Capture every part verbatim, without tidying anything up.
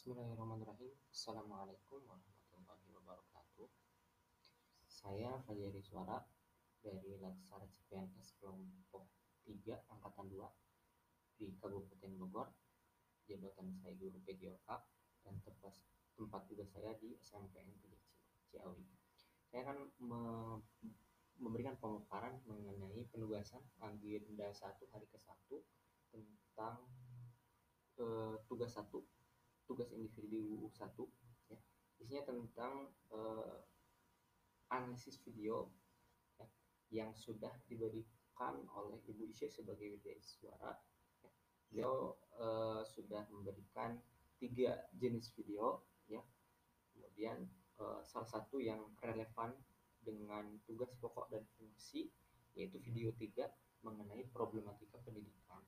Bismillahirrahmanirrahim. Assalamualaikum warahmatullahi wabarakatuh. Saya Fajri Suara dari Laksar C P N S kelompok tiga angkatan dua di Kabupaten Bogor. Jabatan saya guru P J O K dan tempat, tempat tugas saya di S M P N tiga Ciawi. Saya akan me- memberikan pemaparan mengenai penugasan agenda satu hari ke satu tentang eh, tugas satu tugas individu satu ya. Isinya tentang eh, analisis video ya, yang sudah diberikan oleh Ibu Isya sebagai W D S Suara ya. Beliau eh, sudah memberikan tiga jenis video ya. Kemudian eh, salah satu yang relevan dengan tugas pokok dan fungsi yaitu video tiga mengenai problematika pendidikan.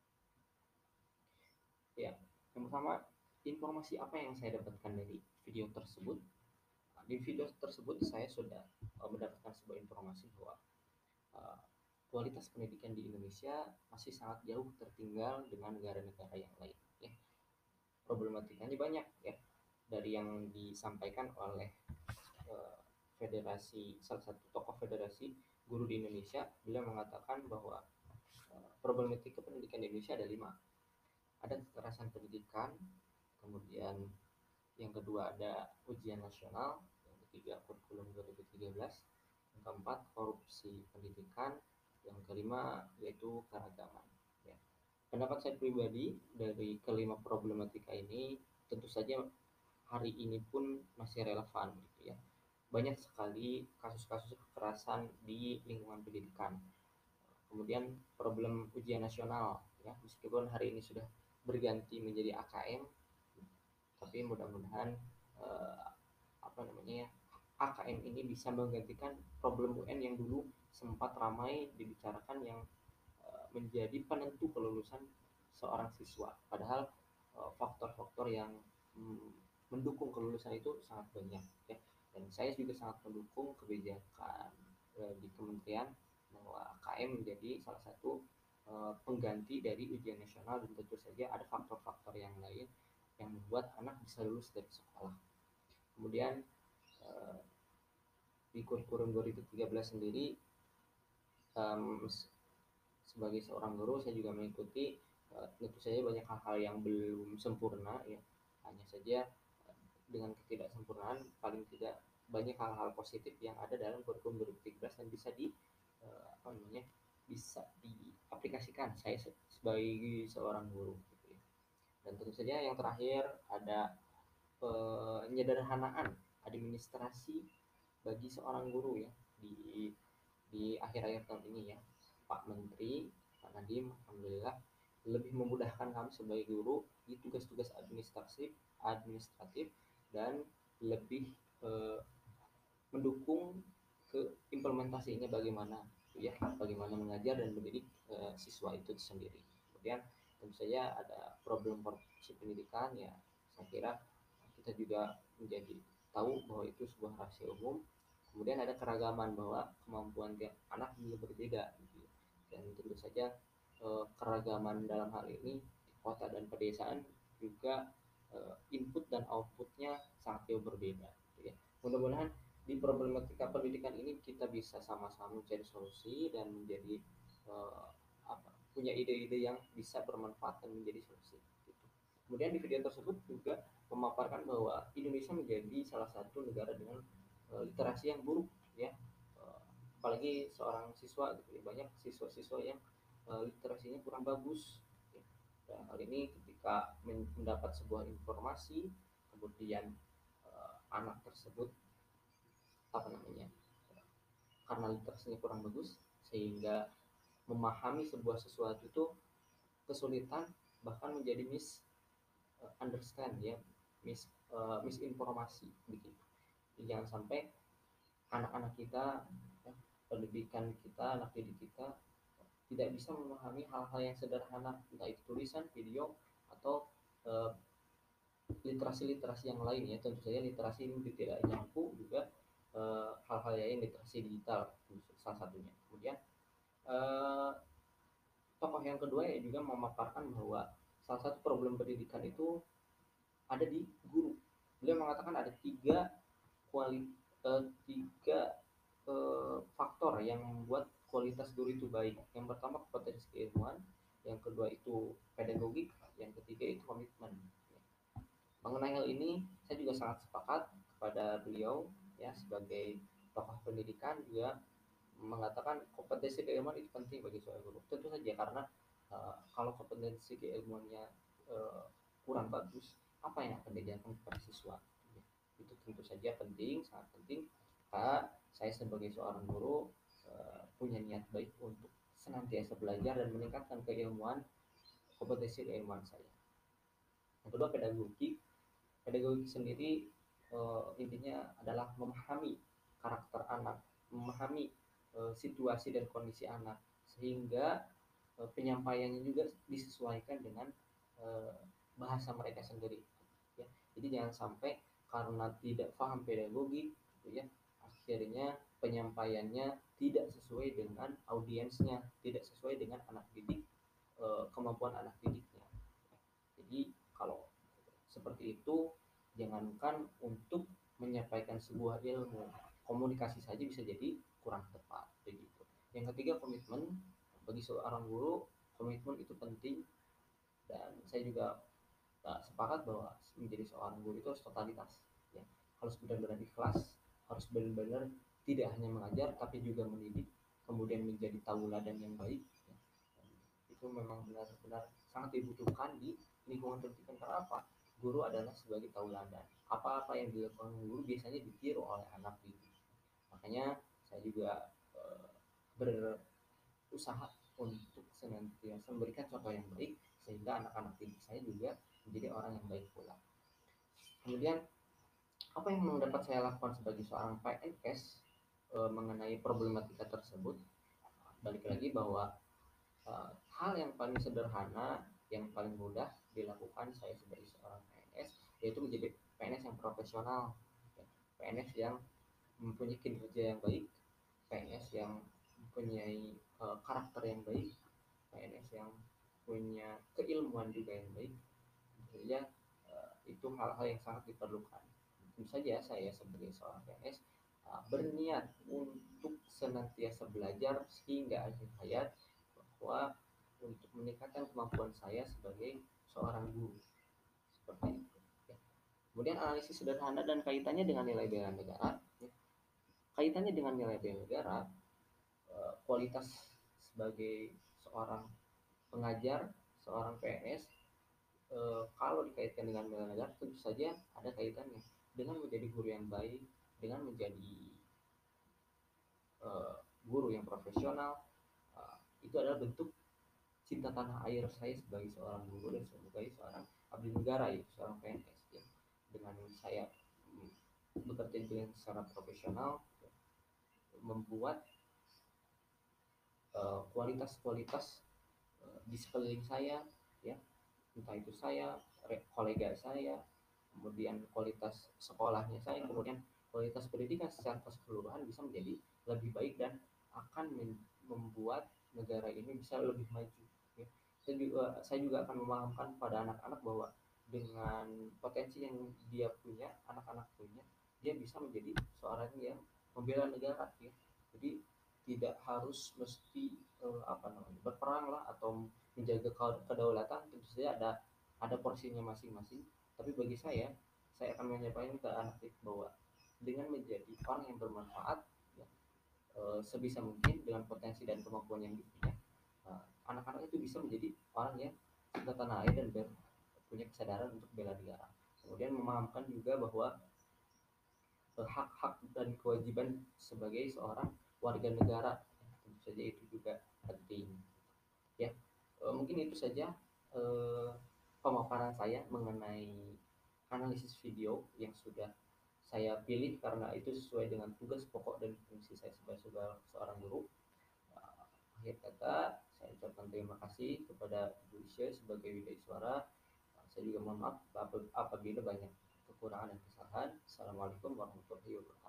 Ya, yang pertama, informasi apa yang saya dapatkan dari video tersebut? Nah, di video tersebut saya sudah uh, mendapatkan sebuah informasi bahwa uh, kualitas pendidikan di Indonesia masih sangat jauh tertinggal dengan negara-negara yang lain. Ya. Problematikanya banyak ya, dari yang disampaikan oleh uh, federasi salah satu tokoh federasi guru di Indonesia. Beliau mengatakan bahwa uh, problematika pendidikan di Indonesia ada lima. Ada kekerasan pendidikan, kemudian yang kedua ada ujian nasional, yang ketiga kurikulum dua ribu tiga belas, yang keempat korupsi pendidikan, yang kelima yaitu keragaman. Ya. Pendapat saya pribadi dari kelima problematika ini tentu saja hari ini pun masih relevan gitu ya. Banyak sekali kasus-kasus kekerasan di lingkungan pendidikan. Kemudian problem ujian nasional ya, meskipun hari ini sudah berganti menjadi A K M, tapi mudah-mudahan eh, apa namanya ya, A K M ini bisa menggantikan problem U N yang dulu sempat ramai dibicarakan yang eh, menjadi penentu kelulusan seorang siswa. Padahal eh, faktor-faktor yang mm, mendukung kelulusan itu sangat banyak ya. Dan saya juga sangat mendukung kebijakan eh, di kementerian bahwa A K M menjadi salah satu eh, pengganti dari ujian nasional, dan tentu saja ada faktor-faktor yang lain yang membuat anak bisa lulus dari sekolah. Kemudian eh, di kurikulum dua ribu tiga belas sendiri, um, sebagai seorang guru saya juga mengikuti, uh, tentu saja banyak hal-hal yang belum sempurna ya. Hanya saja uh, dengan ketidaksempurnaan paling tidak banyak hal-hal positif yang ada dalam kurikulum dua ribu tiga belas dan bisa di uh, apa namanya bisa diaplikasikan saya sebagai seorang guru gitu ya. Dan tentu saja yang terakhir ada penyederhanaan administrasi bagi seorang guru ya di di akhir-akhir tahun ini ya. Pak Menteri, Pak Nadiem, alhamdulillah lebih memudahkan kami sebagai guru di tugas-tugas administratif, administratif dan lebih eh, mendukung ke implementasinya bagaimana ya, bagaimana mengajar dan mendidik eh, siswa itu sendiri. Kemudian tentu saja ada problem korupsi pendidikan ya, saya kira kita juga menjadi tahu bahwa itu sebuah rahasia umum. Kemudian ada keragaman bahwa kemampuan tiap anak juga berbeda gitu ya. Dan tentu saja eh, keragaman dalam hal ini di kota dan pedesaan juga eh, input dan outputnya sangat jauh berbeda gitu ya. Mudah-mudahan di problematika pendidikan ini kita bisa sama-sama mencari solusi dan menjadi eh, apa, punya ide-ide yang bisa bermanfaat dan menjadi solusi gitu. Kemudian di video tersebut juga memaparkan bahwa Indonesia menjadi salah satu negara dengan uh, literasi yang buruk ya. Uh, apalagi seorang siswa gitu ya, banyak siswa-siswa yang uh, literasinya kurang bagus ya. Dan hal ini ketika mendapat sebuah informasi, kemudian uh, anak tersebut apa namanya, karena literasinya kurang bagus sehingga memahami sebuah sesuatu itu kesulitan, bahkan menjadi mis uh, understand ya, mis uh, misinformasi begitu. Jadi jangan sampai anak-anak kita ya, pendidikan kita, anak didik kita tidak bisa memahami hal-hal yang sederhana, entah itu tulisan, video, atau uh, literasi-literasi yang lain ya. Tentu saja literasi ini tidak nyampu juga uh, hal-hal lain, literasi digital salah satunya. Kemudian uh, tokoh yang kedua ya juga memaparkan bahwa salah satu problem pendidikan itu ada di guru. Beliau mengatakan ada tiga kuali eh, tiga eh, faktor yang membuat kualitas guru itu baik. Yang pertama kompetensi keilmuan, yang kedua itu pedagogik, yang ketiga itu komitmen. Mengenai hal ini, saya juga sangat sepakat kepada beliau ya sebagai tokoh pendidikan juga mengatakan kompetensi keilmuan itu penting bagi seorang guru. Tentu saja karena uh, kalau kompetensi keilmuannya uh, kurang bagus, apa yang akan diajarkan kepada siswa? Itu tentu saja penting, sangat penting. Karena saya sebagai seorang guru uh, punya niat baik untuk senantiasa belajar dan meningkatkan keilmuan kompetensi keilmuan saya. Yang kedua pedagogik. Pedagogik sendiri uh, intinya adalah memahami karakter anak, memahami uh, situasi dan kondisi anak, sehingga uh, penyampaiannya juga disesuaikan dengan uh, bahasa mereka sendiri. Ya. Jadi jangan sampai karena tidak paham pedagogi, gitu ya, akhirnya penyampaiannya tidak sesuai dengan audiensnya, tidak sesuai dengan anak didik, uh, kemampuan anak didiknya. Jadi kalau seperti itu, jangankan untuk menyampaikan sebuah ilmu, komunikasi saja bisa jadi kurang tepat begitu. Yang ketiga komitmen. Bagi seorang guru komitmen itu penting, dan saya juga uh, sepakat bahwa menjadi seorang guru itu harus totalitas ya, harus benar-benar ikhlas, harus benar-benar tidak hanya mengajar tapi juga mendidik, kemudian menjadi tauladan yang baik ya. Itu memang benar-benar sangat dibutuhkan di lingkungan pendidikan. Karena apa? Guru adalah sebagai tauladan. Apa-apa yang dilakukan guru biasanya ditiru oleh anak didik. Makanya saya juga uh, berusaha untuk senantiasa memberikan contoh yang baik sehingga anak-anak didik saya juga menjadi orang yang baik pula. Kemudian apa yang dapat saya lakukan sebagai seorang P N S uh, mengenai problematika tersebut? Balik lagi bahwa uh, hal yang paling sederhana, yang paling mudah dilakukan saya sebagai seorang P N S yaitu menjadi P N S yang profesional, P N S yang mempunyai kinerja yang baik, P N S yang mempunyai uh, karakter yang baik, P N S yang punya keilmuan juga yang baik. Tentunya uh, itu hal-hal yang sangat diperlukan. Tentu saja saya sebagai seorang P N S uh, berniat untuk senantiasa belajar sehingga akhir hayat, bahwa untuk meningkatkan kemampuan saya sebagai seorang guru seperti itu. Ya. Kemudian analisis sederhana dan kaitannya dengan nilai bela negara. Ya. Kaitannya dengan nilai bela negara, eh, kualitas sebagai seorang pengajar, seorang P N S, eh, kalau dikaitkan dengan bela negara tentu saja ada kaitannya dengan menjadi guru yang baik, dengan menjadi eh, guru yang profesional. Eh, itu adalah bentuk cinta tanah air saya sebagai seorang guru dan sebagai seorang abdi negara, yaitu seorang P N S ya. Dengan saya mm, bekerja dengan secara profesional ya, membuat uh, kualitas-kualitas uh, di sekeliling saya ya, entah itu saya, kolega saya, kemudian kualitas sekolahnya saya, kemudian kualitas pendidikan secara keseluruhan bisa menjadi lebih baik dan akan membuat negara ini bisa lebih maju ya. Dan juga saya juga akan memahamkan pada anak-anak bahwa dengan potensi yang dia punya, anak-anak punya, dia bisa menjadi seorang yang membela negara ya. Jadi tidak harus mesti eh, apa namanya berperang lah atau menjaga kedaulatan. Tentu saja ada ada porsinya masing-masing, tapi bagi saya saya akan menyampaikan ke anak didik bahwa dengan menjadi orang yang bermanfaat ya, e, sebisa mungkin dengan potensi dan kemampuan yang dipunya, e, anak-anak itu bisa menjadi orang yang cinta tanah air dan ber, punya kesadaran untuk bela negara. Kemudian memahamkan juga bahwa e, hak-hak dan kewajiban sebagai seorang warga negara tentu saja itu juga penting ya. E, mungkin itu saja e, pemaparan saya mengenai analisis video yang sudah saya pilih karena itu sesuai dengan tugas pokok dan fungsi saya sebagai seorang guru. Uh, akhir kata saya ucapkan terima kasih kepada Ibu Isya sebagai Widya Suara. Uh, saya juga mohon maaf apabila banyak kekurangan dan kesalahan. Assalamualaikum warahmatullahi wabarakatuh.